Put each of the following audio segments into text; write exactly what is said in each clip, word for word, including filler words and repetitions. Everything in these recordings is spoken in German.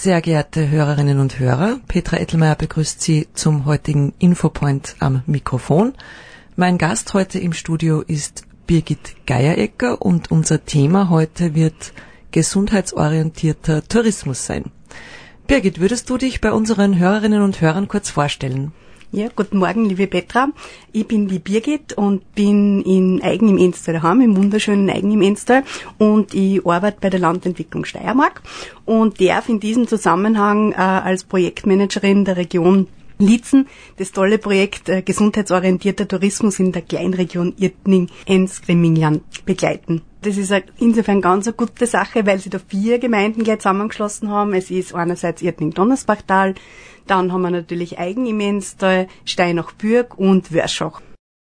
Sehr geehrte Hörerinnen und Hörer, Petra Ettelmeier begrüßt Sie zum heutigen Infopoint am Mikrofon. Mein Gast heute im Studio ist Birgit Geierecker und unser Thema heute wird gesundheitsorientierter Tourismus sein. Birgit, würdest du dich bei unseren Hörerinnen und Hörern kurz vorstellen? Ja, guten Morgen, liebe Petra. Ich bin die Birgit und bin in Aigen im Enstal daheim, im wunderschönen Aigen im Enstal, und ich arbeite bei der Landentwicklung Steiermark und darf in diesem Zusammenhang äh, als Projektmanagerin der Region Liezen das tolle Projekt äh, gesundheitsorientierter Tourismus in der Kleinregion Irtning-Enns-Grimmingeland begleiten. Das ist eine, insofern ganz eine gute Sache, weil sie da vier Gemeinden gleich zusammengeschlossen haben. Es ist einerseits Irtning-Donnersbachtal, dann haben wir natürlich Aigen im Enstal, Steinach-Bürg und Wörschach.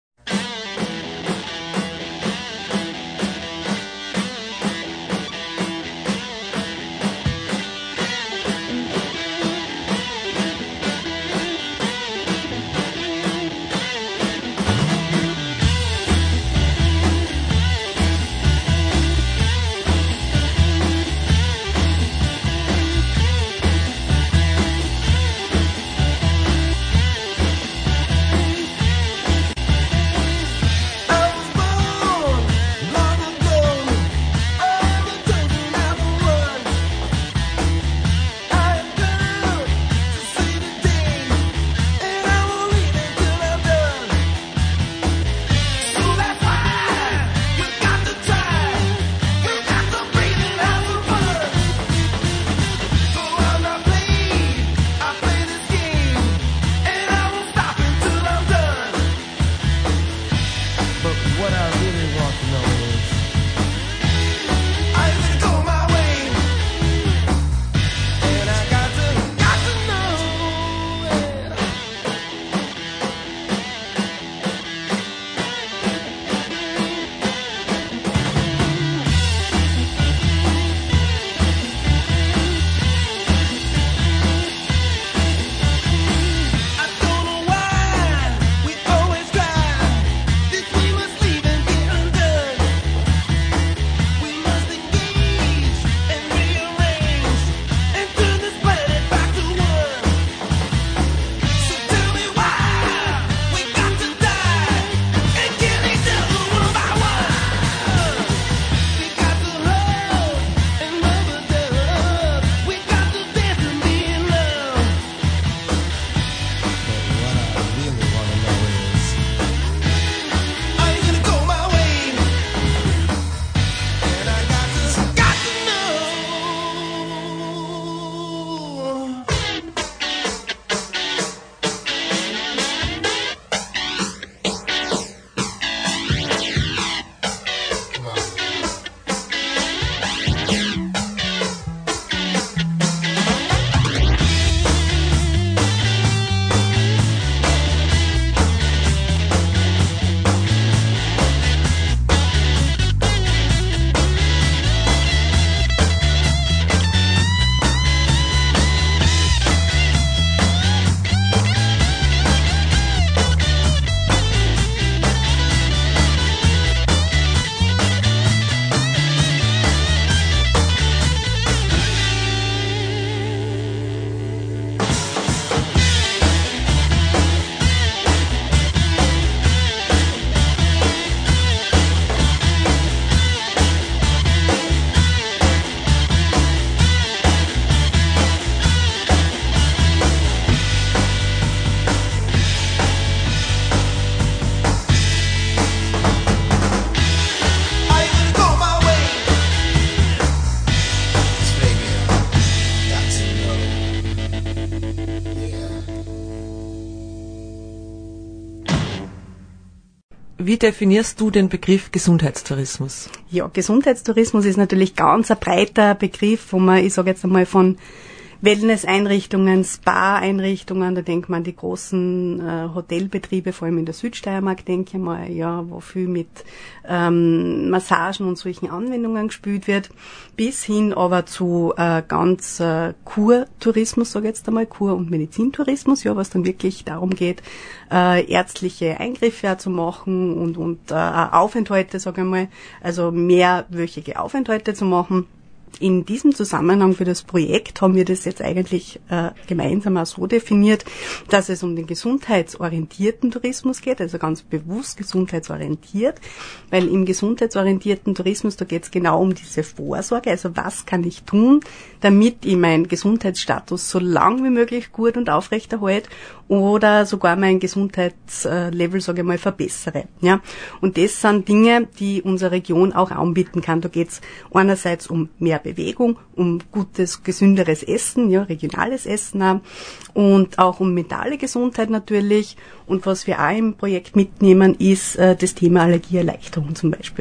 Wie definierst du den Begriff Gesundheitstourismus? Ja, Gesundheitstourismus ist natürlich ganz ein breiter Begriff, wo man, ich sage jetzt einmal, von Wellness-Einrichtungen, Spa-Einrichtungen, da denkt man an die großen äh, Hotelbetriebe, vor allem in der Südsteiermark, denke ich mal, ja, wo viel mit ähm, Massagen und solchen Anwendungen gespielt wird, bis hin aber zu äh, ganz äh, Kurtourismus, sage ich jetzt einmal, Kur- und Medizintourismus, ja, was dann wirklich darum geht, äh, ärztliche Eingriffe auch zu machen und, und äh, Aufenthalte, sage ich mal, also mehrwöchige Aufenthalte zu machen. in diesem Zusammenhang für das Projekt haben wir das jetzt eigentlich äh, gemeinsam auch so definiert, dass es um den gesundheitsorientierten Tourismus geht, also ganz bewusst gesundheitsorientiert, weil im gesundheitsorientierten Tourismus, da geht es genau um diese Vorsorge, also was kann ich tun, damit ich meinen Gesundheitsstatus so lang wie möglich gut und aufrechterhalte oder sogar mein Gesundheitslevel, sage ich mal, verbessere. Ja? Und das sind Dinge, die unsere Region auch anbieten kann. Da geht es einerseits um mehr Bewegung, um gutes, gesünderes Essen, ja, regionales Essen auch, und auch um mentale Gesundheit natürlich. Und was wir auch im Projekt mitnehmen, ist äh, das Thema Allergieerleichterung zum Beispiel.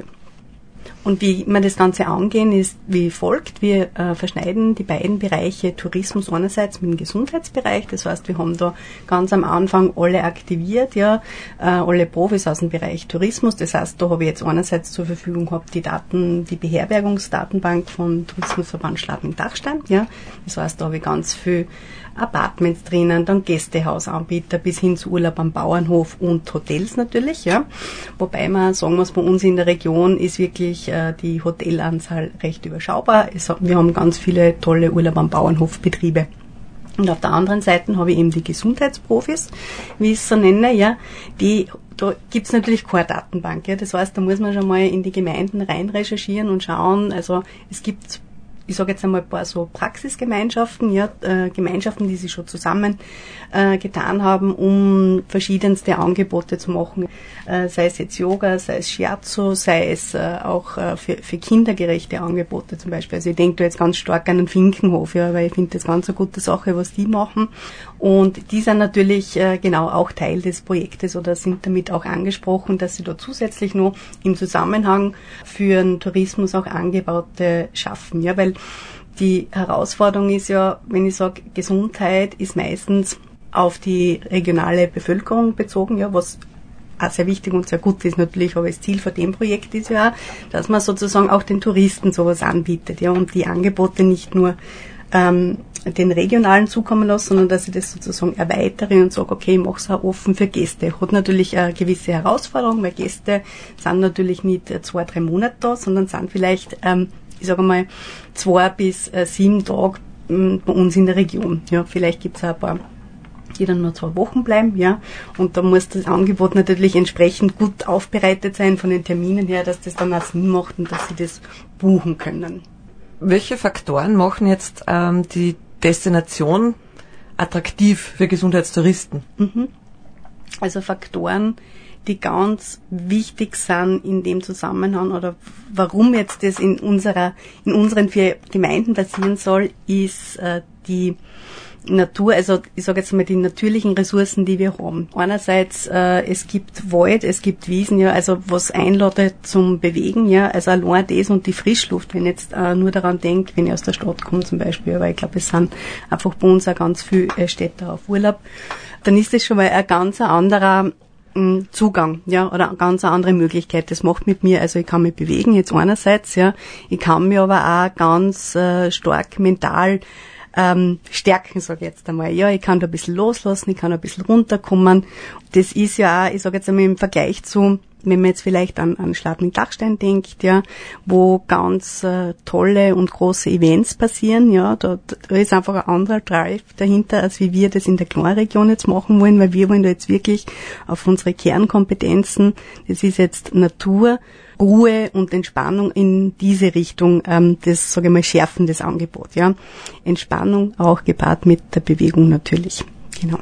Und wie wir das Ganze angehen, ist wie folgt. Wir äh, verschneiden die beiden Bereiche Tourismus einerseits mit dem Gesundheitsbereich. Das heißt, wir haben da ganz am Anfang alle aktiviert, ja, äh, alle Profis aus dem Bereich Tourismus. Das heißt, da habe ich jetzt einerseits zur Verfügung gehabt die Daten, die Beherbergungsdatenbank von Tourismusverband Schladming-Dachstein. Ja. Das heißt, da habe ich ganz viel Apartments drinnen, dann Gästehausanbieter bis hin zu Urlaub am Bauernhof und Hotels natürlich, ja. Wobei man sagen muss, bei uns in der Region ist wirklich äh, die Hotelanzahl recht überschaubar. Es, wir haben ganz viele tolle Urlaub am Bauernhof Betriebe. Und auf der anderen Seite habe ich eben die Gesundheitsprofis, wie ich es so nenne, ja, die da gibt's natürlich keine Datenbank, ja. Das heißt, da muss man schon mal in die Gemeinden rein recherchieren und schauen. Also es gibt, ich sage jetzt einmal ein paar so Praxisgemeinschaften, ja, äh, Gemeinschaften, die sich schon zusammen äh, getan haben, um verschiedenste Angebote zu machen, äh, sei es jetzt Yoga, sei es Shiatsu, sei es äh, auch äh, für, für kindergerechte Angebote zum Beispiel. Also ich denke da jetzt ganz stark an den Finkenhof, ja, weil ich finde das ganz eine gute Sache, was die machen. Und die sind natürlich äh, genau auch Teil des Projektes oder sind damit auch angesprochen, dass sie da zusätzlich noch im Zusammenhang für den Tourismus auch Angebote schaffen, ja, weil die Herausforderung ist ja, wenn ich sage, Gesundheit ist meistens auf die regionale Bevölkerung bezogen, ja, was auch sehr wichtig und sehr gut ist natürlich, aber das Ziel von dem Projekt ist ja auch, dass man sozusagen auch den Touristen sowas anbietet, ja, und die Angebote nicht nur ähm, den regionalen zukommen lasse, sondern dass ich das sozusagen erweitere und sage, okay, ich mache es auch offen für Gäste. Hat natürlich eine gewisse Herausforderung, weil Gäste sind natürlich nicht zwei, drei Monate da, sondern sind vielleicht, ähm, ich sage mal, zwei bis äh, sieben Tage ähm, bei uns in der Region. Ja, vielleicht gibt es auch ein paar, die dann nur zwei Wochen bleiben, ja. Und da muss das Angebot natürlich entsprechend gut aufbereitet sein von den Terminen her, dass das dann auch Sinn macht und dass sie das buchen können. Welche Faktoren machen jetzt ähm, die Destination attraktiv für Gesundheitstouristen? Mhm. Also Faktoren, die ganz wichtig sind in dem Zusammenhang oder warum jetzt das in unserer, in unseren vier Gemeinden passieren soll, ist äh, die Natur, also ich sage jetzt mal die natürlichen Ressourcen, die wir haben. Einerseits äh, es gibt Wald, es gibt Wiesen, ja, also was einladet zum Bewegen, ja, also allein das und die Frischluft, wenn ich jetzt äh, nur daran denke, wenn ich aus der Stadt komme zum Beispiel, weil ich glaube, es sind einfach bei uns auch ganz viele äh, Städte auf Urlaub, dann ist das schon mal ein ganz anderer mh, Zugang, ja, oder eine ganz andere Möglichkeit. Das macht mit mir, also ich kann mich bewegen jetzt einerseits, ja, ich kann mich aber auch ganz äh, stark mental Ähm, stärken, sage ich jetzt einmal. Ja, ich kann da ein bisschen loslassen, ich kann ein bisschen runterkommen. Das ist ja auch, ich sage jetzt einmal im Vergleich zu, wenn man jetzt vielleicht an, an Schladming-Dachstein denkt, ja, wo ganz äh, tolle und große Events passieren, ja, da, da ist einfach ein anderer Drive dahinter, als wie wir das in der Kleinregion jetzt machen wollen, weil wir wollen da jetzt wirklich auf unsere Kernkompetenzen, das ist jetzt Natur, Ruhe und Entspannung in diese Richtung, ähm, das, sage ich mal, schärfen das Angebot, ja. Entspannung auch gepaart mit der Bewegung natürlich, genau.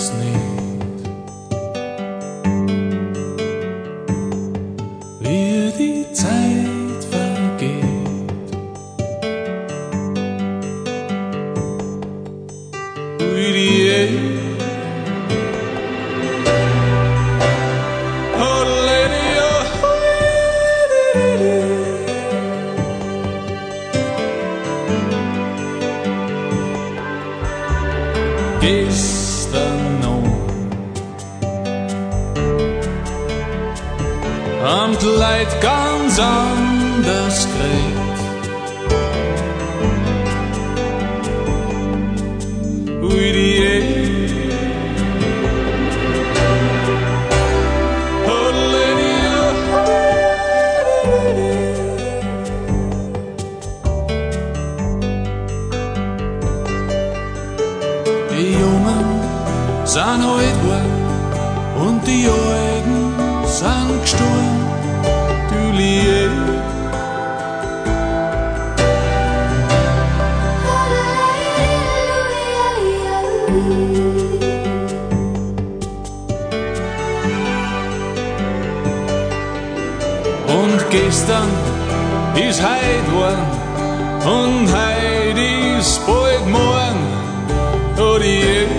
Wir am Kleid ganz anders kriegt. Ui, die sind alt geworden und die Augen sind gestorben, du Liebe. Und gestern ist heut worden und heut ist bald morgen, oh die Liebe.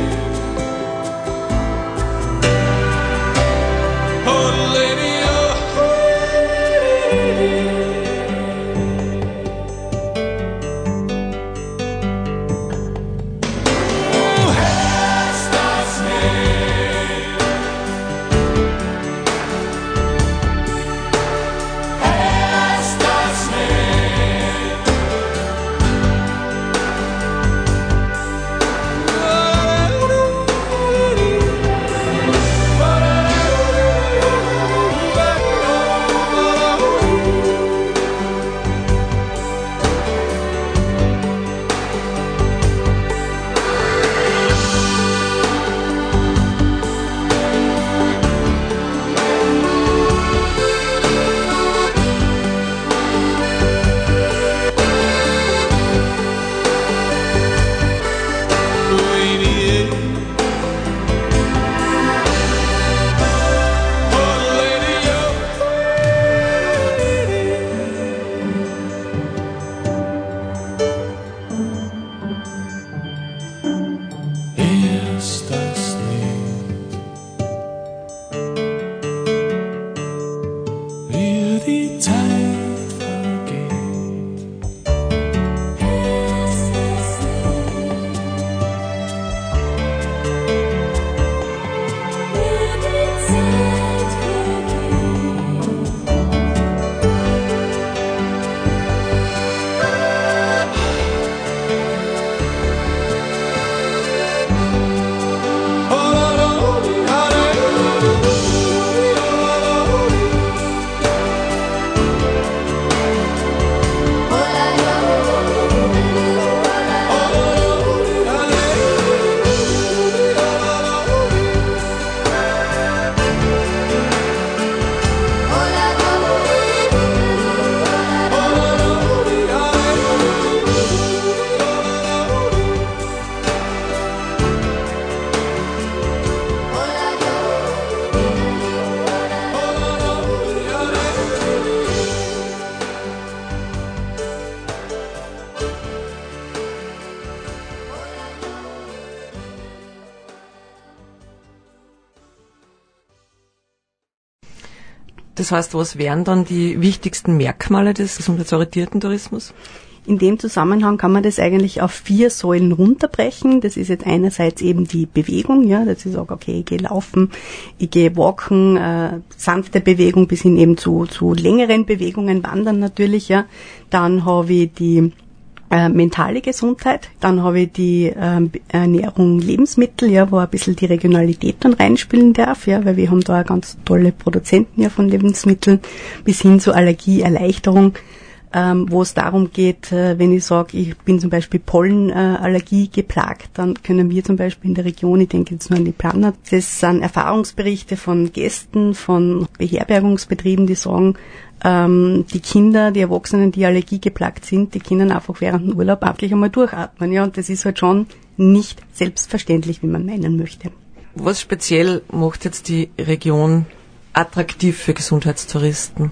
Das heißt, was wären dann die wichtigsten Merkmale des gesundheitsorientierten Tourismus? In dem Zusammenhang kann man das eigentlich auf vier Säulen runterbrechen. Das ist jetzt einerseits eben die Bewegung, ja, dass ich sage, okay, ich gehe laufen, ich gehe walken, äh, sanfte Bewegung bis hin eben zu, zu längeren Bewegungen, wandern natürlich, ja. Dann habe ich die äh, mentale Gesundheit, dann habe ich die äh, Ernährung, Lebensmittel, ja, wo ein bisschen die Regionalität dann reinspielen darf, ja, weil wir haben da ganz tolle Produzenten ja von Lebensmitteln, bis hin zu Allergieerleichterung, ähm, wo es darum geht, äh, wenn ich sage, ich bin zum Beispiel Pollenallergie äh, geplagt, dann können wir zum Beispiel in der Region, ich denke jetzt nur an die Planer, das sind Erfahrungsberichte von Gästen, von Beherbergungsbetrieben, die sagen, ähm, die Kinder, die Erwachsenen, die allergiegeplagt sind, die können einfach während dem Urlaub endlich einmal durchatmen, ja, und das ist halt schon nicht selbstverständlich, wie man meinen möchte. Was speziell macht jetzt die Region attraktiv für Gesundheitstouristen?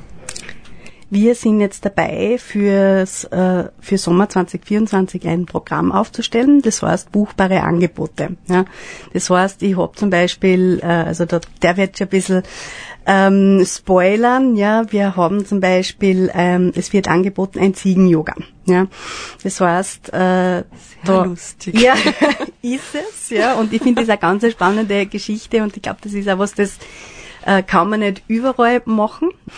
Wir sind jetzt dabei, fürs, äh, für Sommer zwanzig vierundzwanzig ein Programm aufzustellen, das heißt buchbare Angebote. Ja. Das heißt, ich habe zum Beispiel, äh, also da, der wird schon ein bisschen ähm, spoilern, ja, wir haben zum Beispiel, ähm, es wird angeboten ein Ziegen-Yoga. Ja. Das heißt, äh, da, lustig. Ja, ist es, ja, und ich finde das eine ganz spannende Geschichte und ich glaube, das ist auch was, das äh, kann man nicht überall machen.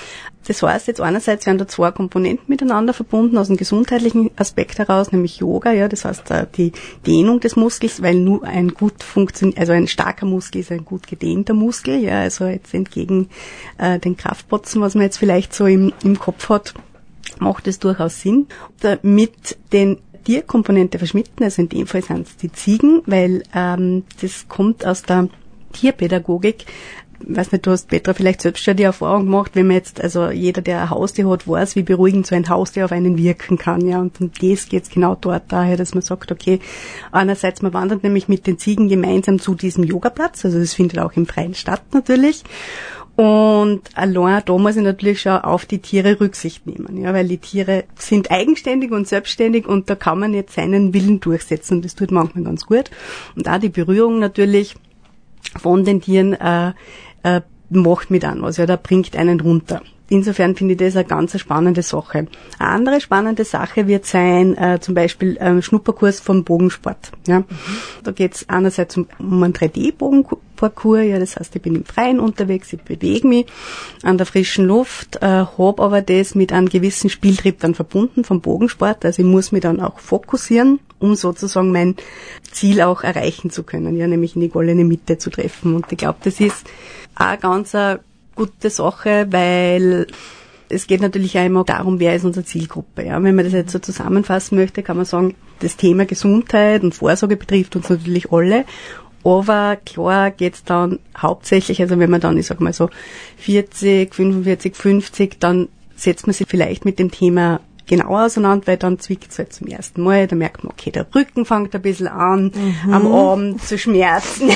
Das heißt jetzt einerseits werden da zwei Komponenten miteinander verbunden aus dem gesundheitlichen Aspekt heraus, nämlich Yoga, ja, das heißt die Dehnung des Muskels, weil nur ein gut funktioniert, also ein starker Muskel ist ein gut gedehnter Muskel, ja, also jetzt entgegen äh, den Kraftpotzen, was man jetzt vielleicht so im, im Kopf hat, macht es durchaus Sinn. Mit den Tierkomponente verschmitten, also in dem Fall sind es die Ziegen, weil ähm, das kommt aus der Tierpädagogik. Ich weiß nicht, du hast, Petra, vielleicht selbst schon die Erfahrung gemacht, wenn man jetzt, also jeder, der ein Haustier hat, weiß, wie beruhigend so ein Haustier auf einen wirken kann, ja, und um das geht's genau dort daher, dass man sagt, okay, einerseits, man wandert nämlich mit den Ziegen gemeinsam zu diesem Yogaplatz, also das findet auch im Freien statt natürlich, und allein da muss ich natürlich schon auf die Tiere Rücksicht nehmen, ja, weil die Tiere sind eigenständig und selbstständig und da kann man jetzt seinen Willen durchsetzen und das tut manchmal ganz gut, und auch die Berührung natürlich von den Tieren äh, äh, macht mit an was, ja, da bringt einen runter. Insofern finde ich das eine ganz spannende Sache. Eine andere spannende Sache wird sein, äh, zum Beispiel ähm, Schnupperkurs vom Bogensport. Ja. Mhm. Da geht es einerseits um, um einen drei D-Bogenparcours, ja, das heißt, ich bin im Freien unterwegs, ich bewege mich an der frischen Luft, äh, habe aber das mit einem gewissen Spieltrieb dann verbunden vom Bogensport, also ich muss mich dann auch fokussieren, um sozusagen mein Ziel auch erreichen zu können, ja, nämlich in die goldene Mitte zu treffen. Und ich glaube, das ist auch ganz eine gute Sache, weil es geht natürlich auch immer darum, wer ist unsere Zielgruppe. Ja. Wenn man das jetzt so zusammenfassen möchte, kann man sagen, das Thema Gesundheit und Vorsorge betrifft uns natürlich alle. Aber klar geht's dann hauptsächlich, also wenn man dann, ich sag mal so vierzig, fünfundvierzig, fünfzig, dann setzt man sich vielleicht mit dem Thema genau auseinander, weil dann zwickt es halt zum ersten Mal, da merkt man, okay, der Rücken fängt ein bisschen an, mhm. am Abend zu schmerzen.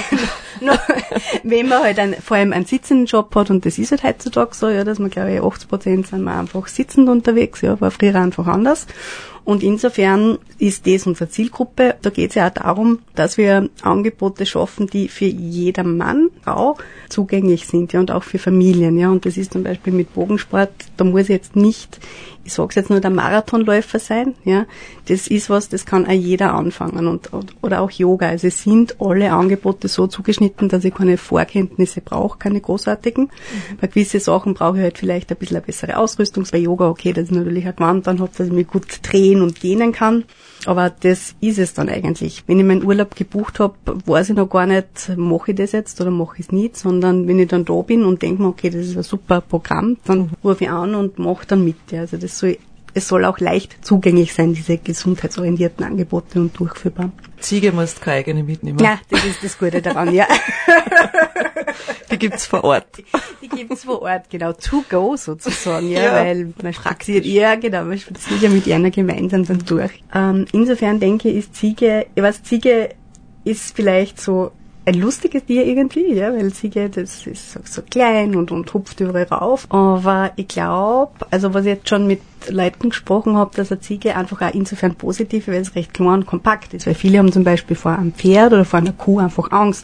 Wenn man halt ein, vor allem einen sitzenden Job hat, und das ist halt heutzutage so, ja, dass man, glaube ich, achtzig Prozent sind wir einfach sitzend unterwegs, ja, war früher einfach anders. Und insofern ist das unsere Zielgruppe. Da geht es ja auch darum, dass wir Angebote schaffen, die für jeder Mann, Frau zugänglich sind, ja, und auch für Familien, ja. Und das ist zum Beispiel mit Bogensport, da muss ich jetzt nicht, ich sag's jetzt nur, der Marathonläufer sein, ja. Das ist was, das kann auch jeder anfangen, und, oder auch Yoga. Also es sind alle Angebote so zugeschnitten, dass ich keine Vorkenntnisse brauche, keine großartigen. Mhm. Bei gewissen Sachen brauche ich halt vielleicht ein bisschen eine bessere Ausrüstung. Bei Yoga, okay, das ist natürlich ein Gewand dann hat, dass ich mich gut drehen und gehen kann. Aber das ist es dann eigentlich. Wenn ich meinen Urlaub gebucht habe, weiß ich noch gar nicht, mache ich das jetzt oder mache ich es nicht, sondern wenn ich dann da bin und denke mir, okay, das ist ein super Programm, dann rufe ich an und mache dann mit. Ja. Also das soll, es soll auch leicht zugänglich sein, diese gesundheitsorientierten Angebote, und durchführbar. Ziege musst keine eigene mitnehmen. Ja, das ist das Gute daran, ja. Die gibt's vor Ort. Die, die gibt's vor Ort, genau. To go sozusagen, ja, ja, weil man spaziert, ja, genau, man spaziert ja mit einer gemeinsam dann durch. Ähm, insofern denke ich, ist Ziege, ich weiß, Ziege ist vielleicht so ein lustiges Tier irgendwie, ja, weil Ziege, das ist so, so klein und, und hupft überall rauf. Aber ich glaube, also was ich jetzt schon mit Leuten gesprochen habe, dass eine Ziege einfach auch insofern positiv ist, weil es recht klein und kompakt ist. Weil viele haben zum Beispiel vor einem Pferd oder vor einer Kuh einfach Angst.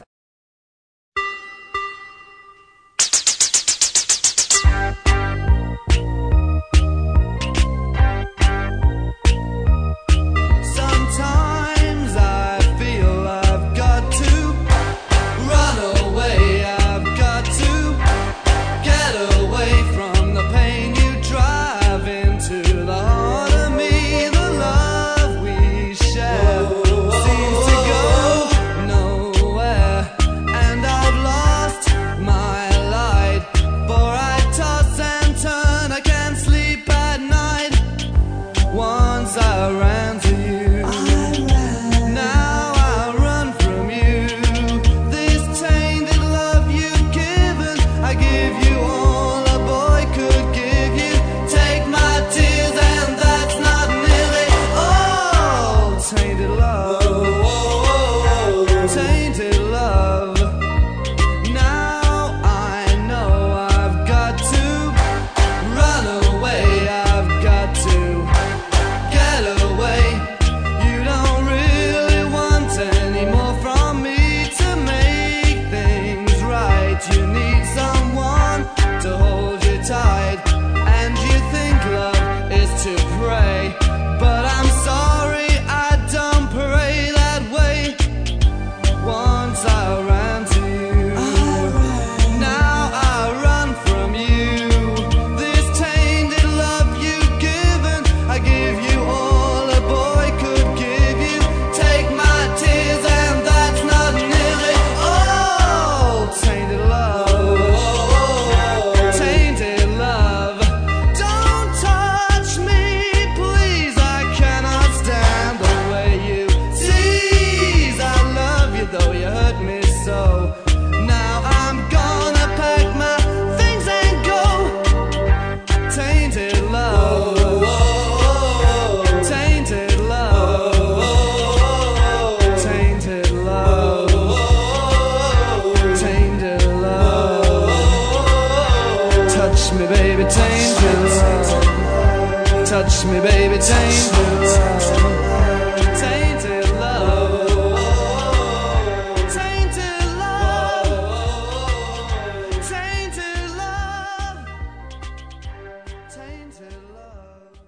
Nowhere. Touch me, baby, tainted love. Touch me, baby, tainted love. Tainted love. Tainted love. Tainted love. Tainted love.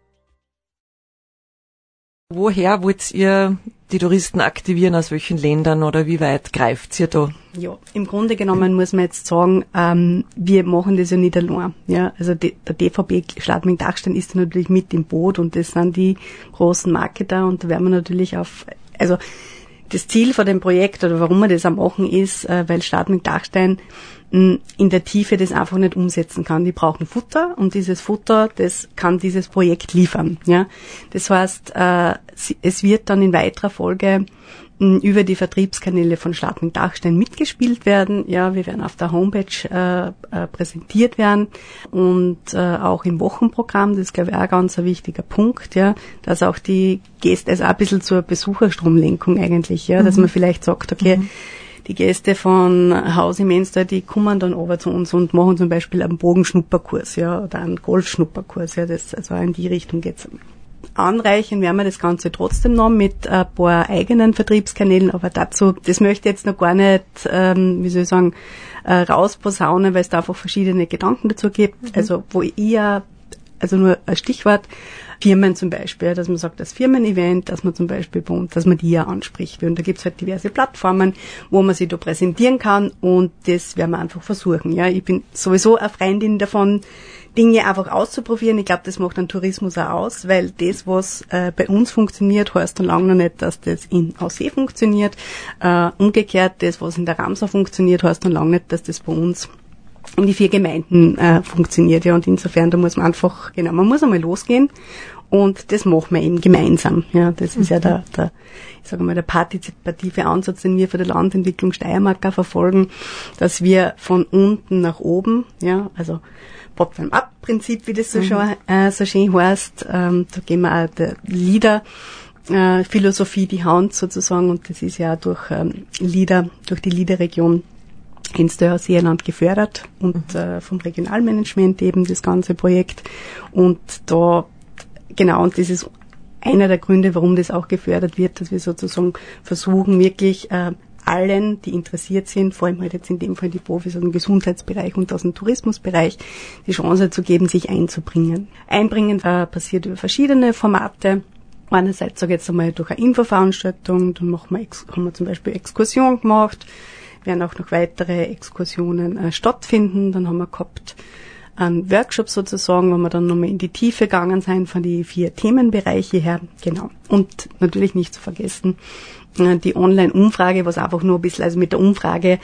Woher wollt ihr die Touristen aktivieren, aus welchen Ländern oder wie weit greift ihr da? Ja, im Grunde genommen muss man jetzt sagen, ähm, wir machen das ja nicht allein. Ja, also die, der D V B Schladming-Dachstein ist da natürlich mit im Boot und das sind die großen Marketer und da werden wir natürlich auf, also das Ziel von dem Projekt oder warum wir das am machen ist, äh, weil Schladming-Dachstein mh, in der Tiefe das einfach nicht umsetzen kann. Die brauchen Futter und dieses Futter, das kann dieses Projekt liefern. Ja, das heißt, äh, es wird dann in weiterer Folge mh, über die Vertriebskanäle von Schladming-Dachstein mitgespielt werden. Ja, wir werden auf der Homepage äh, äh, präsentiert werden und äh, auch im Wochenprogramm. Das ist, glaube ich, auch ein ganz ein wichtiger Punkt, ja, dass auch die Gäste, also auch ein bisschen zur Besucherstromlenkung eigentlich, ja, mhm. dass man vielleicht sagt, okay, mhm. die Gäste von Haus im Enstal, die kommen dann over zu uns und machen zum Beispiel einen Bogenschnupperkurs, ja, oder einen Golfschnupperkurs, ja, das, also in die Richtung geht's. Anreichen werden wir das Ganze trotzdem noch mit ein paar eigenen Vertriebskanälen, aber dazu, das möchte ich jetzt noch gar nicht, ähm, wie soll ich sagen, äh, rausposaunen, weil es da einfach verschiedene Gedanken dazu gibt. Mhm. Also, wo ich ja, also nur ein Stichwort, Firmen zum Beispiel, dass man sagt, das Firmen-Event, dass man zum Beispiel bei uns, dass man die ja anspricht. Und da gibt's halt diverse Plattformen, wo man sich da präsentieren kann und das werden wir einfach versuchen. Ja, ich bin sowieso eine Freundin davon, Dinge einfach auszuprobieren. Ich glaube, das macht einen Tourismus auch aus, weil das, was äh, bei uns funktioniert, heißt dann lange noch nicht, dass das in Aussee funktioniert. Äh, umgekehrt, das, was in der Ramsau funktioniert, heißt dann lange nicht, dass das bei uns in die vier Gemeinden äh, funktioniert. Ja, und insofern, da muss man einfach, genau, man muss einmal losgehen und das machen wir eben gemeinsam. Ja, das ist mhm. ja der, der, ich sage mal, der partizipative Ansatz, den wir für die Landentwicklung Steiermark auch verfolgen, dass wir von unten nach oben, ja, also Bottom-up-Prinzip, wie das so, mhm. schon, äh, so schön heißt, ähm, da gehen wir auch der Leader, äh, Philosophie die Hand sozusagen und das ist ja auch durch ähm, Leader, durch die Leader-Region Enstal-Seenland gefördert und mhm. äh, vom Regionalmanagement eben das ganze Projekt und da, genau, und das ist einer der Gründe, warum das auch gefördert wird, dass wir sozusagen versuchen, wirklich äh, allen, die interessiert sind, vor allem halt jetzt in dem Fall die Profis aus dem Gesundheitsbereich und aus dem Tourismusbereich, die Chance zu geben, sich einzubringen. Einbringen äh, passiert über verschiedene Formate. Einerseits sage ich jetzt einmal durch eine Infoveranstaltung, dann machen wir, Ex- haben wir zum Beispiel Exkursion gemacht, werden auch noch weitere Exkursionen äh, stattfinden. Dann haben wir gehabt einen Workshop sozusagen, wo wir dann nochmal in die Tiefe gegangen sind von die vier Themenbereiche her. Genau. Und natürlich nicht zu vergessen, äh, die Online-Umfrage, was einfach nur ein bisschen, also mit der Umfrage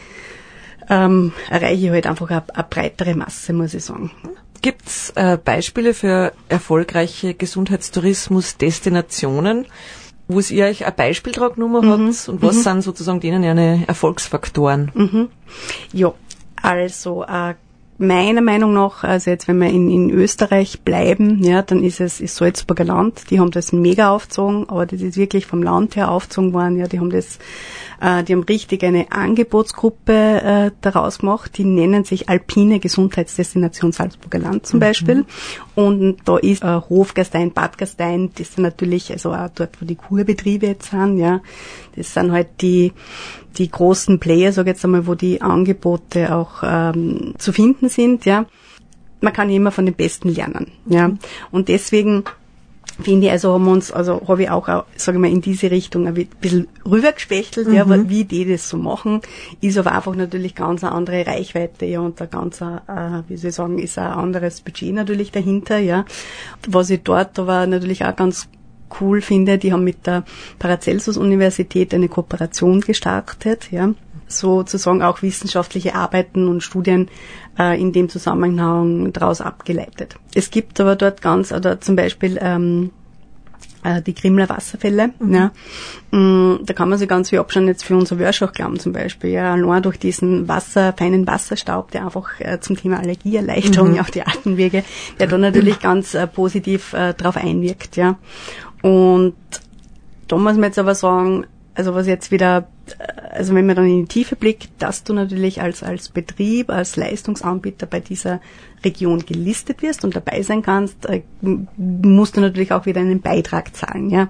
ähm, erreiche ich halt einfach eine, eine breitere Masse, muss ich sagen. Gibt's äh, Beispiele für erfolgreiche Gesundheitstourismus-Destinationen, wo es ihr euch ein Beispiel drauf genommen habt mhm. und was mhm. sind sozusagen denen eine Erfolgsfaktoren? Mhm. Ja, also äh, meiner Meinung nach, also jetzt wenn wir in, in Österreich bleiben, ja, dann ist es ist Salzburger Land, die haben das mega aufgezogen, aber das ist wirklich vom Land her aufgezogen worden, ja, die haben das, äh, die haben richtig eine Angebotsgruppe äh, daraus gemacht, die nennen sich Alpine Gesundheitsdestination Salzburger Land zum mhm. Beispiel und da ist äh, Hofgastein, Bad Gastein, das sind natürlich, also auch dort, wo die Kurbetriebe jetzt sind, ja, das sind halt die die großen Player, sag ich jetzt einmal, wo die Angebote auch ähm, zu finden sind, ja. Man kann immer von den Besten lernen, ja. Mhm. Und deswegen finde ich, also haben wir uns, also habe ich auch, sage ich mal, in diese Richtung ein bisschen rübergespechtelt, mhm. ja, wie die das so machen, ist aber einfach natürlich ganz eine andere Reichweite, ja, und ein ganz, äh, wie soll ich sagen, ist ein anderes Budget natürlich dahinter, ja. Was ich dort aber natürlich auch ganz cool finde, die haben mit der Paracelsus-Universität eine Kooperation gestartet, ja, sozusagen auch wissenschaftliche Arbeiten und Studien äh, in dem Zusammenhang daraus abgeleitet. Es gibt aber dort ganz, oder zum Beispiel ähm, äh, die Grimler Wasserfälle, mhm. ja, ähm, da kann man sich ganz viel abschauen, jetzt für unser Wörschachklamm zum Beispiel, ja, allein durch diesen Wasser, feinen Wasserstaub, der einfach äh, zum Thema Allergieerleichterung mhm. auf die Atemwege, der da natürlich ganz äh, positiv äh, drauf einwirkt, ja. Und da muss man jetzt aber sagen, also was jetzt wieder also wenn man dann in die Tiefe blickt, dass du natürlich als, als Betrieb, als Leistungsanbieter bei dieser Region gelistet wirst und dabei sein kannst, äh, musst du natürlich auch wieder einen Beitrag zahlen, ja.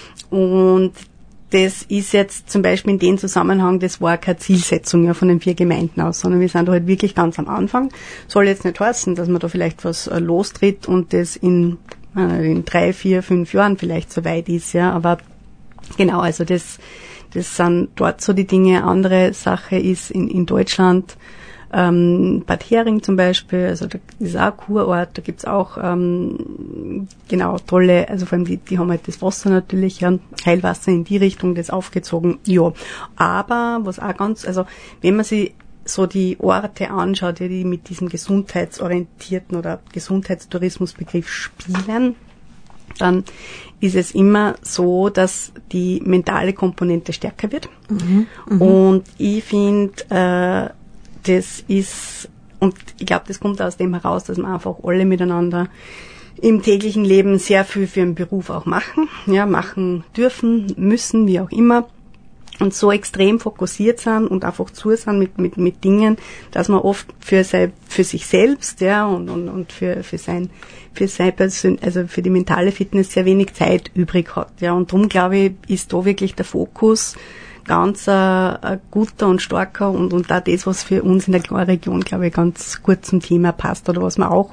Und das ist jetzt zum Beispiel in dem Zusammenhang, das war keine Zielsetzung ja von den vier Gemeinden aus, sondern wir sind da halt wirklich ganz am Anfang. Soll jetzt nicht heißen, dass man da vielleicht was äh, lostritt und das in, äh, in drei, vier, fünf Jahren vielleicht so weit ist, ja, aber genau, also das, das sind dort so die Dinge. Andere Sache ist in, in Deutschland, ähm, Bad Hering zum Beispiel, also da ist auch ein Kurort, da gibt's auch ähm, genau tolle, also vor allem die, die haben halt das Wasser natürlich, ja, Heilwasser in die Richtung, das aufgezogen, ja. Aber was auch ganz, also wenn man sich so die Orte anschaut, die mit diesem gesundheitsorientierten oder Gesundheitstourismusbegriff spielen, dann ist es immer so, dass die mentale Komponente stärker wird. Mhm, und ich finde, äh, das ist, und ich glaube, das kommt aus dem heraus, dass wir einfach alle miteinander im täglichen Leben sehr viel für den Beruf auch machen, ja, machen dürfen, müssen, wie auch immer. Und so extrem fokussiert sind und einfach zu sind mit, mit, mit Dingen, dass man oft für sein, für sich selbst, ja, und, und, und für, für sein, für sein Persön, also für die mentale Fitness sehr wenig Zeit übrig hat, ja. Und darum, glaube ich, ist da wirklich der Fokus ganz, äh, ein guter und starker und, und da das, was für uns in der Region, glaube ich, ganz gut zum Thema passt oder was man auch,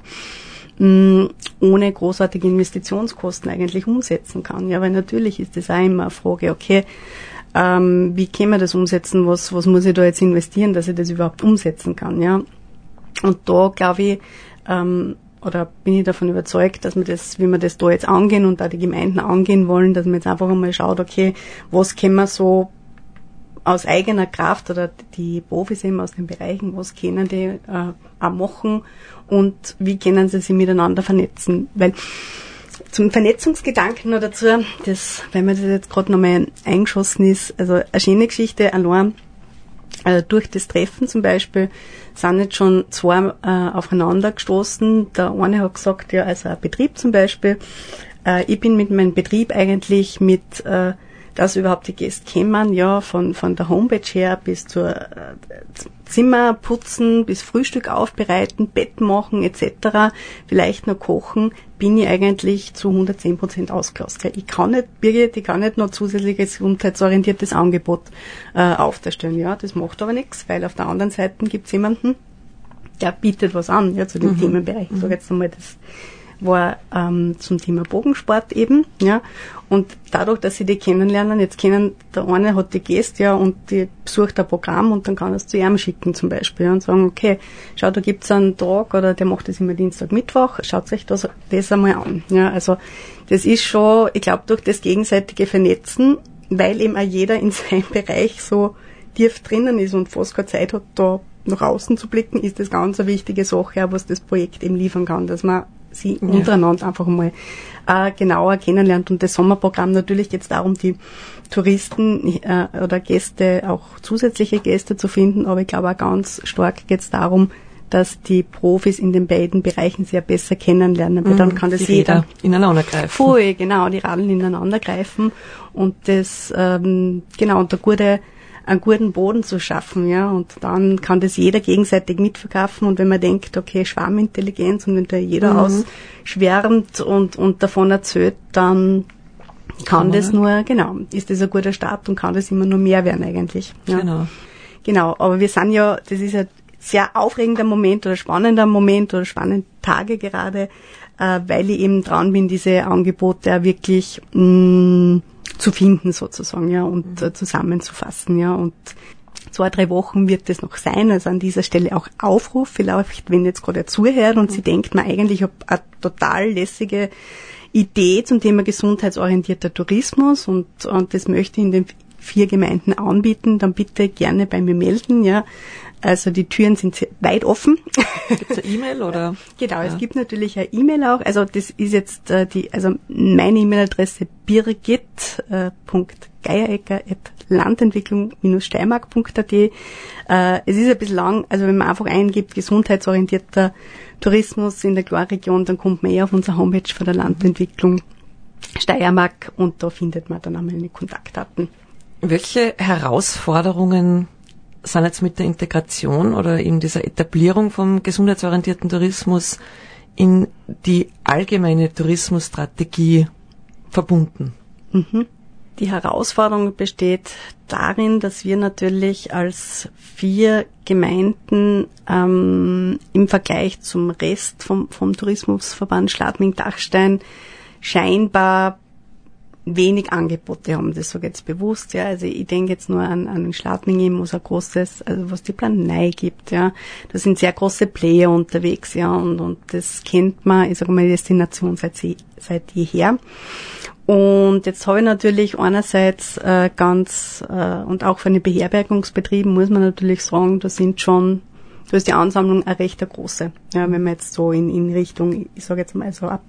mh, ohne großartige Investitionskosten eigentlich umsetzen kann. Ja, weil natürlich ist das auch immer eine Frage, okay, Ähm, wie kann man das umsetzen, was, was muss ich da jetzt investieren, dass ich das überhaupt umsetzen kann, ja. Und da glaube ich, ähm, oder bin ich davon überzeugt, dass wir das, wie wir das da jetzt angehen und da die Gemeinden angehen wollen, dass man jetzt einfach einmal schaut, okay, was können wir so aus eigener Kraft oder die Profis eben aus den Bereichen, was können die äh, auch machen und wie können sie sich miteinander vernetzen, weil zum Vernetzungsgedanken noch dazu, das, wenn mir das jetzt gerade nochmal eingeschossen ist, also eine schöne Geschichte, allein äh, durch das Treffen zum Beispiel sind jetzt schon zwei äh, aufeinander gestoßen. Der eine hat gesagt, ja, also ein Betrieb zum Beispiel, äh, ich bin mit meinem Betrieb eigentlich mit, äh, dass überhaupt die Gäste kommen, ja, von, von der Homepage her bis zur äh, Zimmer putzen, bis Frühstück aufbereiten, Bett machen et cetera, vielleicht noch kochen, bin ich eigentlich zu hundertzehn Prozent ausgelastet. Ich kann nicht, Birgit, ich kann nicht noch zusätzliches gesundheitsorientiertes Angebot äh, aufstellen. Ja, das macht aber nichts, weil auf der anderen Seite gibt's jemanden, der bietet was an, ja, zu dem mhm. Themenbereich. Ich sage jetzt einmal, das war ähm, zum Thema Bogensport eben, ja, und dadurch, dass sie die kennenlernen, jetzt kennen, der eine hat die Gäste, ja, und die besucht ein Programm und dann kann er es zu ihm schicken zum Beispiel, ja, und sagen, okay, schau, da gibt's einen Tag, oder der macht das immer Dienstag, Mittwoch, schaut euch das, das einmal an, ja, also, das ist schon, ich glaube, durch das gegenseitige Vernetzen, weil eben auch jeder in seinem Bereich so tief drinnen ist und fast keine Zeit hat, da nach außen zu blicken, ist das ganz eine wichtige Sache, was das Projekt eben liefern kann, dass man sie ja. untereinander einfach mal äh, genauer kennenlernt. Und das Sommerprogramm, natürlich geht es darum, die Touristen äh, oder Gäste, auch zusätzliche Gäste zu finden, aber ich glaube auch ganz stark geht es darum, dass die Profis in den beiden Bereichen sehr besser kennenlernen, weil mhm, dann kann das jeder ineinander greifen. Voll, genau, die Radeln ineinander greifen und das, ähm, genau, und der gute einen guten Boden zu schaffen, ja, und dann kann das jeder gegenseitig mitverkaufen und wenn man denkt, okay, Schwarmintelligenz und wenn da jeder mhm. ausschwärmt und, und davon erzählt, dann kann das nur, genau, ist das ein guter Start und kann das immer nur mehr werden eigentlich. Ja. Genau. Genau, aber wir sind ja, das ist ein sehr aufregender Moment oder spannender Moment oder spannende Tage gerade, äh, weil ich eben dran bin, diese Angebote auch wirklich mh, zu finden sozusagen, ja, und mhm. äh, zusammenzufassen, ja, und zwei, drei Wochen wird das noch sein, also an dieser Stelle auch Aufruf, vielleicht, wenn jetzt gerade zuhört und mhm. sie denkt, man eigentlich habe eine total lässige Idee zum Thema gesundheitsorientierter Tourismus und, und das möchte ich in den vier Gemeinden anbieten, dann bitte gerne bei mir melden, ja. Also die Türen sind weit offen. Gibt es eine E-Mail oder? Genau, ja. Es gibt natürlich eine E-Mail auch. Also das ist jetzt äh, die, also meine E-Mail-Adresse birgit punkt geierecker at landentwicklung Bindestrich steiermark punkt a t. Äh, es ist ein bisschen lang, also wenn man einfach eingibt, gesundheitsorientierter Tourismus in der Klarregion, dann kommt man eher auf unsere Homepage von der Landentwicklung Steiermark und da findet man dann einmal eine Kontaktdaten. Welche Herausforderungen sind jetzt mit der Integration oder in dieser Etablierung vom gesundheitsorientierten Tourismus in die allgemeine Tourismusstrategie verbunden? Mhm. Die Herausforderung besteht darin, dass wir natürlich als vier Gemeinden ähm, im Vergleich zum Rest vom, vom Tourismusverband Schladming-Dachstein scheinbar wenig Angebote haben. Das sage ich jetzt bewusst, ja. Also ich denke jetzt nur an, an Schladming, wo es ein großes, also was die Planei gibt, ja. Da sind sehr große Player unterwegs, ja, und, und das kennt man, ich sage mal, die Destination seit, seit jeher. Und jetzt habe ich natürlich einerseits äh, ganz, äh, und auch für den Beherbergungsbetrieben muss man natürlich sagen, da sind schon, da ist die Ansammlung eine recht große. Ja, wenn man jetzt so in, in Richtung, ich sage jetzt mal so ab,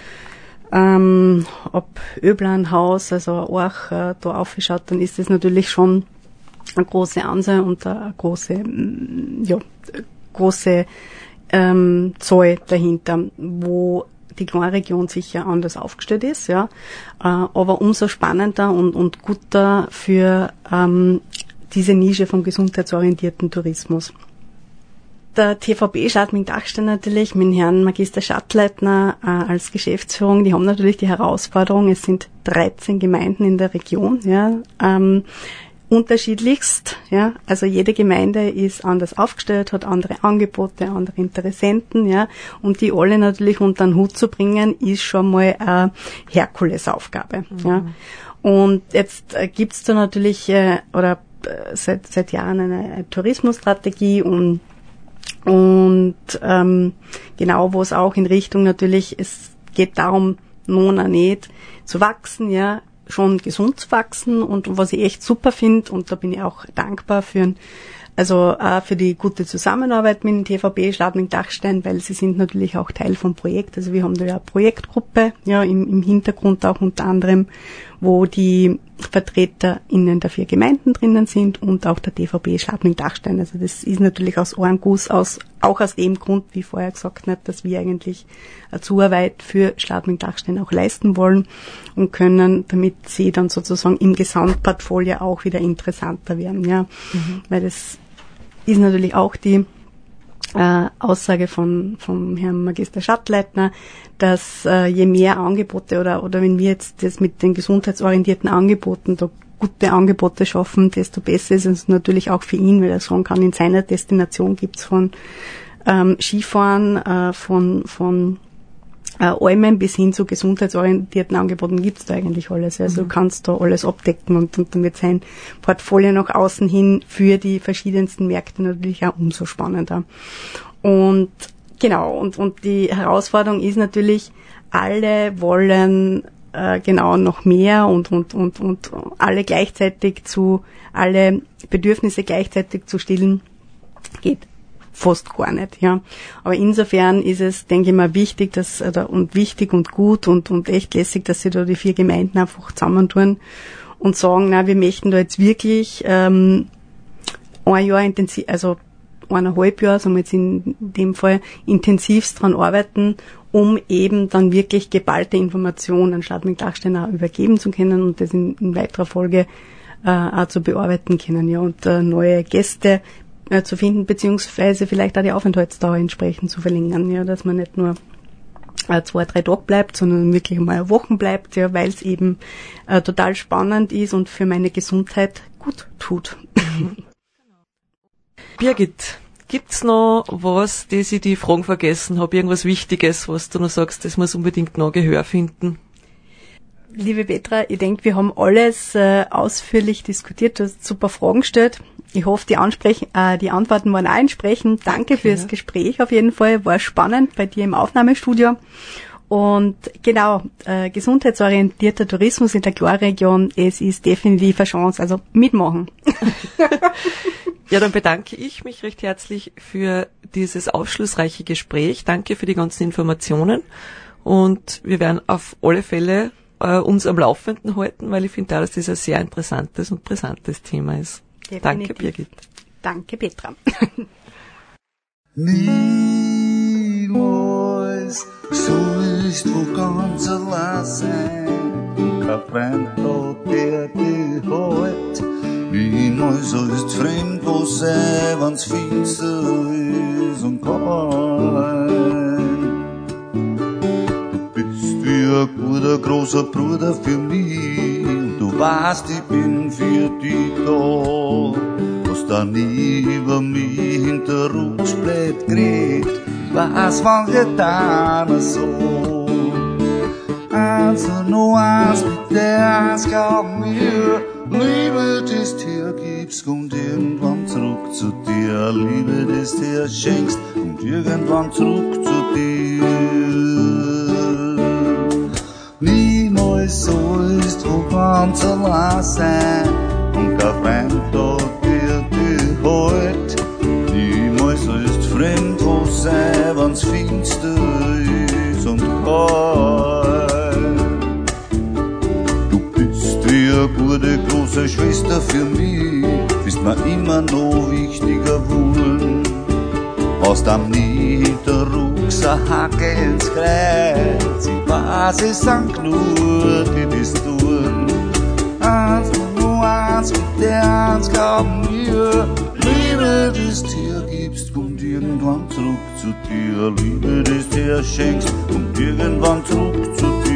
ähm, ab Öblanhaus, also auch äh, da aufgeschaut, dann ist das natürlich schon eine große Anzahl und eine große, ja, große ähm, Zahl dahinter, wo die kleine Region sicher anders aufgestellt ist, ja, äh, aber umso spannender und, und guter für ähm, diese Nische vom gesundheitsorientierten Tourismus. Der T V B Schladming-Dachstein natürlich mit Herrn Magister Schattleitner äh, als Geschäftsführung, die haben natürlich die Herausforderung, es sind dreizehn Gemeinden in der Region, ja, ähm, unterschiedlichst, ja, also jede Gemeinde ist anders aufgestellt, hat andere Angebote, andere Interessenten, ja, und die alle natürlich unter den Hut zu bringen, ist schon mal eine Herkulesaufgabe, mhm. ja. Und jetzt äh, gibt's da natürlich, äh, oder äh, seit, seit Jahren eine, eine Tourismusstrategie und und ähm, genau, wo es auch in Richtung natürlich, es geht darum, nun auch nicht zu wachsen, ja, schon gesund zu wachsen und was ich echt super finde und da bin ich auch dankbar für, also äh, für die gute Zusammenarbeit mit dem T V B Schladming-Dachstein, weil sie sind natürlich auch Teil vom Projekt, also wir haben da ja eine Projektgruppe, ja, im, im Hintergrund auch unter anderem, wo die VertreterInnen der vier Gemeinden drinnen sind und auch der T V B Schladming-Dachstein. Also das ist natürlich aus einem Guss, aus, auch aus dem Grund, wie vorher gesagt habe, dass wir eigentlich eine Zuarbeit für Schladming-Dachstein auch leisten wollen und können, damit sie dann sozusagen im Gesamtportfolio auch wieder interessanter werden. Ja, mhm. Weil das ist natürlich auch die äh, Aussage von vom Herrn Magister Schattleitner, dass äh, je mehr Angebote oder oder wenn wir jetzt das mit den gesundheitsorientierten Angeboten da gute Angebote schaffen, desto besser ist es natürlich auch für ihn, weil er sagen kann, in seiner Destination gibt's von ähm, Skifahren, äh, von von äh, Almen bis hin zu gesundheitsorientierten Angeboten gibt's da eigentlich alles. Also mhm. du kannst da alles abdecken und, und damit sein Portfolio nach außen hin für die verschiedensten Märkte natürlich auch umso spannender. Und genau, und, und die Herausforderung ist natürlich, alle wollen äh, genau noch mehr und, und, und, und alle gleichzeitig zu, alle Bedürfnisse gleichzeitig zu stillen, geht fast gar nicht, ja. Aber insofern ist es, denke ich mal, wichtig, dass, oder, und wichtig und gut und, und echt lässig, dass sich da die vier Gemeinden einfach zusammentun und sagen, na, wir möchten da jetzt wirklich, ähm, ein Jahr intensiv, also eineinhalb Jahre, sagen wir jetzt in dem Fall, intensivst dran arbeiten, um eben dann wirklich geballte Informationen an Schladming-Dachstein auch übergeben zu können und das in, in weiterer Folge äh, auch zu bearbeiten können, ja, und äh, neue Gäste äh, zu finden, beziehungsweise vielleicht auch die Aufenthaltsdauer entsprechend zu verlängern, ja, dass man nicht nur äh, zwei, drei Tage bleibt, sondern wirklich mal Wochen bleibt, ja, weil es eben äh, total spannend ist und für meine Gesundheit gut tut. Birgit, gibt's noch was, das ich die Fragen vergessen habe? Irgendwas Wichtiges, was du noch sagst, das muss unbedingt noch Gehör finden? Liebe Petra, ich denke, wir haben alles äh, ausführlich diskutiert. Du hast super Fragen gestellt. Ich hoffe, die, Ansprech- äh, die Antworten waren auch entsprechend. Danke okay, fürs ja. Gespräch auf jeden Fall. War spannend bei dir im Aufnahmestudio. Und genau, äh, gesundheitsorientierter Tourismus in der Klarregion, es ist definitiv eine Chance, also mitmachen. Ja, dann bedanke ich mich recht herzlich für dieses aufschlussreiche Gespräch. Danke für die ganzen Informationen und wir werden auf alle Fälle äh, uns am Laufenden halten, weil ich finde, dass das ein sehr interessantes und brisantes Thema ist. Definitiv. Danke, Birgit. Danke, Petra. Niemals sollst du ganz allein sein. kein Freund da, der dich hält. Niemals ist fremd, wo sei, wenn's finster ist und kalt. Du bist wie ein guter, großer Bruder für mich und du weißt, ich bin für dich da. Hast da nie über mich hinter Rückspät geredet, ich weiß, wann geht einer so. Eins und nur eins, bitte eins, glaub mir, Liebe, das dir gibst, kommt irgendwann zurück zu dir. Liebe, das dir schenkst, kommt irgendwann zurück zu dir. Niemals sollst du ganz allein sein und kein Freund da, der dich hält. Niemals sollst fremd wo sein, wenn's finster ist und kalt. Wie eine gute große Schwester für mich, bist mir immer noch wichtiger geworden. Hast am nie hinter Rucksack Hacke ins Kreuz, ich weiß, es sind genug, die das tun. Eins und nur eins, bitte eins, glaub mir, Liebe, das dir gibst, kommt irgendwann zurück zu dir. Liebe, das dir schenkst, kommt irgendwann zurück zu dir.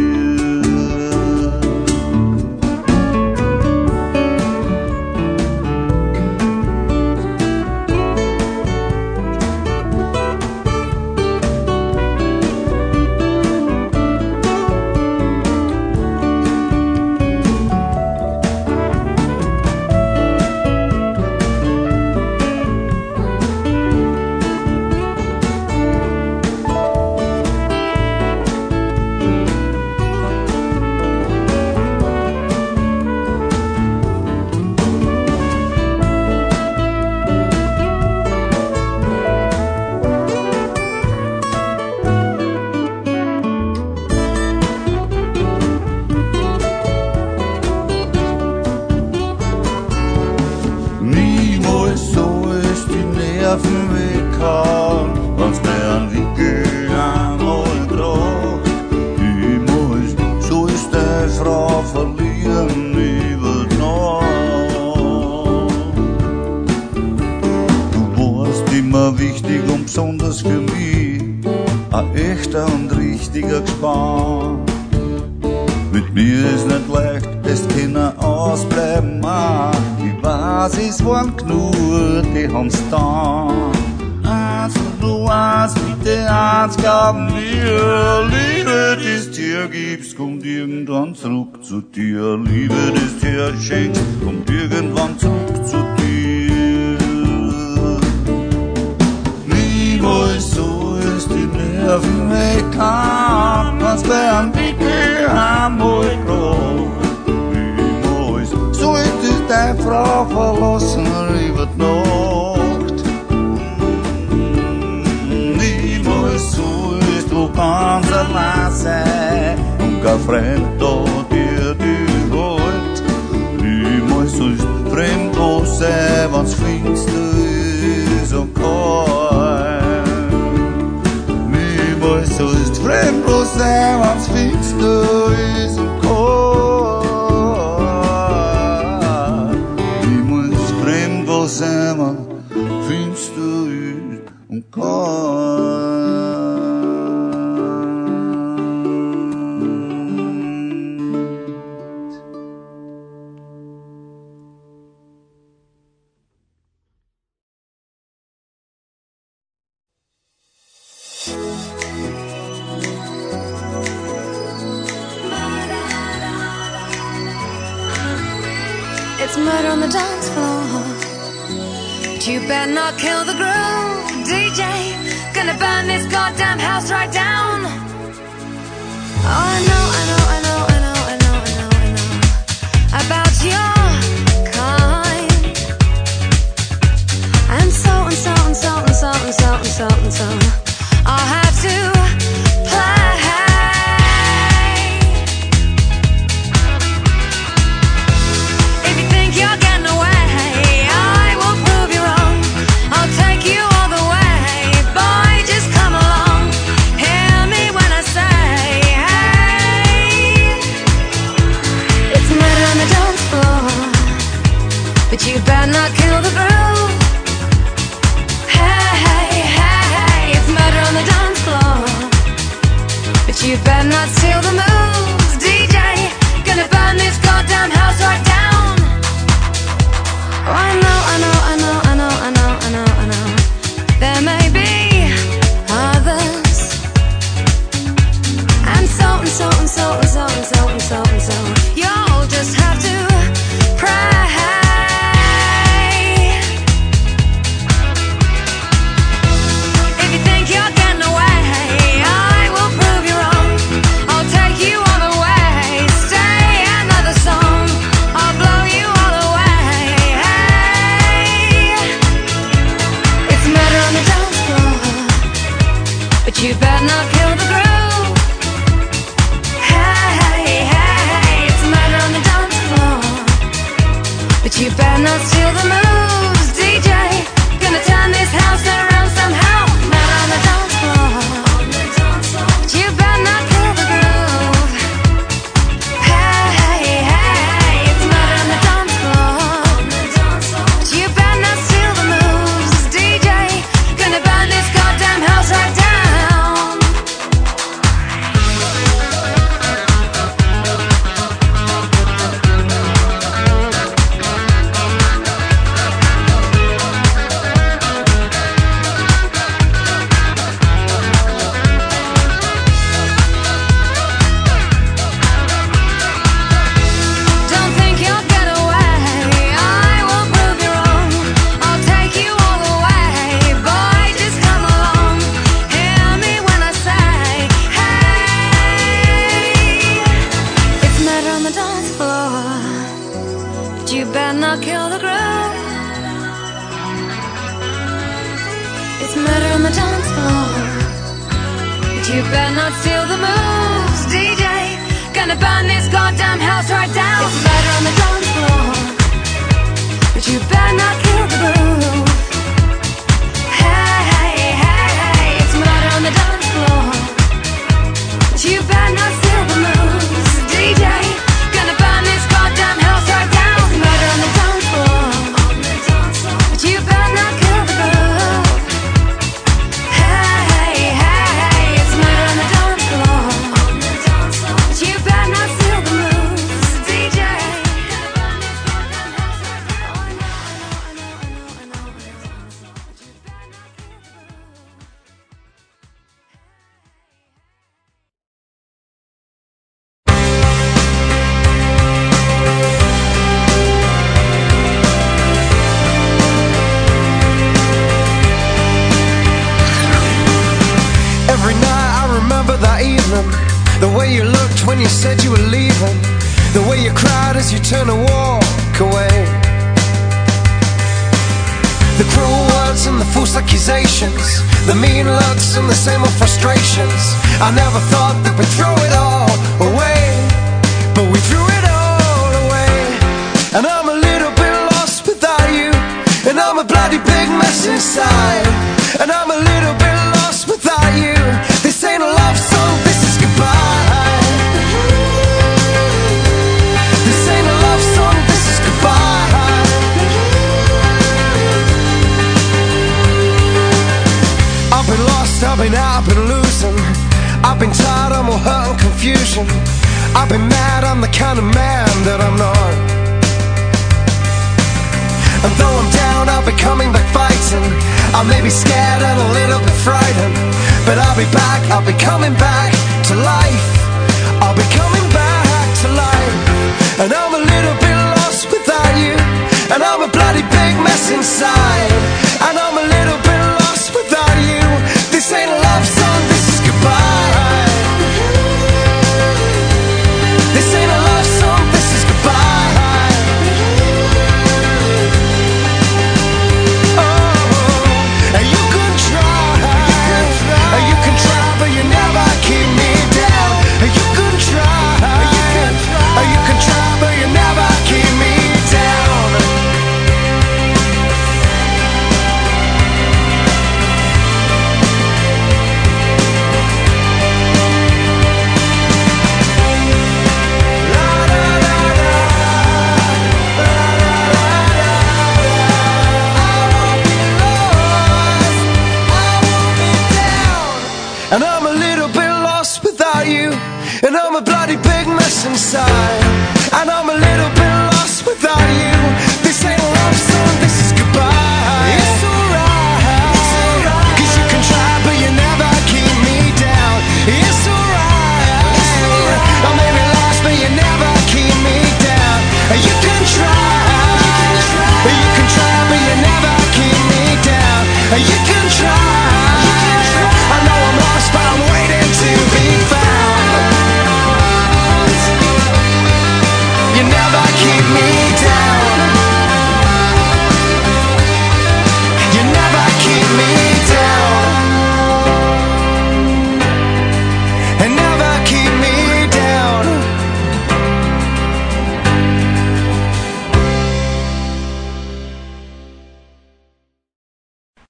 Mit mir ist nicht leicht, es kann ausbleiben, ich weiß, es waren genug, die haben's da. Eins und du eins, bitte eins, glaub mir, Liebe, das dir gibst, kommt irgendwann zurück zu dir. Liebe, das dir schenkst, kommt irgendwann zurück zu dir. Niemals so ist die Nerven weg, als bei einem Dicke einmal groß. Niemals so ist es deine Frau verlassen über die Nacht. Niemals so ist du ganz allein sein und kein Freund da, der dich hält. Niemals so ist fremd wo sein, wenn's finster ist und kalt. So ist fremd bloß sein, wenn's finster ist und kalt. Niemals ist fremd bloß sein, wenn's finster ist und kalt. It's murder on the dance floor, but you better not kill the groove, D J. Gonna burn this goddamn house right down. Oh, I know, I know, I know, I know, I know, I know, I know about your kind. And so and so and so and so and so and so and so I'll have to play. You're getting away, I will prove you wrong. I'll take you all the way, boy, just come along. Hear me when I say, hey. but you better not kill the groove. Hey, hey, hey, it's murder on the dance floor, but you better not steal the moves. D J, gonna turn this house around somehow. Murder on the dance floor, but you better not kill the groove. Hey, hey, hey, it's murder on the dance floor, but you better not steal the moves. D J, gonna burn this goddamn house right down. Don't think you'll get away, I will prove you wrong. I'll take you all the way, boy, just come along. Hear me when I say, hey, it's murder on the dance floor, but you better not kill the groove. It's murder on the dance floor, but you better not steal the moves. D J, gonna burn this goddamn house right down. It's murder on the dance floor, but you better not kill the groove. Hey, hey, hey, hey, it's murder on the dance floor, but you better not steal the moves. D J, gonna burn this goddamn house right down. It's murder on the dance floor, but you better not kill the groove. Hey, hey, hey, it's murder on the dance floor, but you better not steal the moves. D J, gonna burn this goddamn house right down. Oh, I know, I know, I know, I know, I know, I know, but you better not kill the groove. Every night I remember that evening, the way you looked when you said you were leaving, the way you cried as you turned to walk away, the cruel words and the false accusations, the mean looks and the same old frustrations. I never thought that we'd throw it all away, but we threw it all away. And I'm a little bit lost without you, and I'm a bloody big mess inside. And I'm a little bit lost without you. This ain't a love song, this is goodbye. This ain't a love song, this is goodbye. I've been lost, I've been out, I've been losing. I've been tired, I'm all hurt and confusion. I've been mad, I'm the kind of man that I'm not. And though I'm down, I'll be coming back fighting. I may be scared and a little bit frightened, but I'll be back, I'll be coming back to life. I'll be coming back to life. And I'm a little bit lost without you, and I'm a bloody big mess inside. And I'm a little bit lost without you. This ain't a love song, this is goodbye. This ain't a love song, this is goodbye. And I'm a little bit lost without you, and I'm a bloody big mess inside. And I'm a little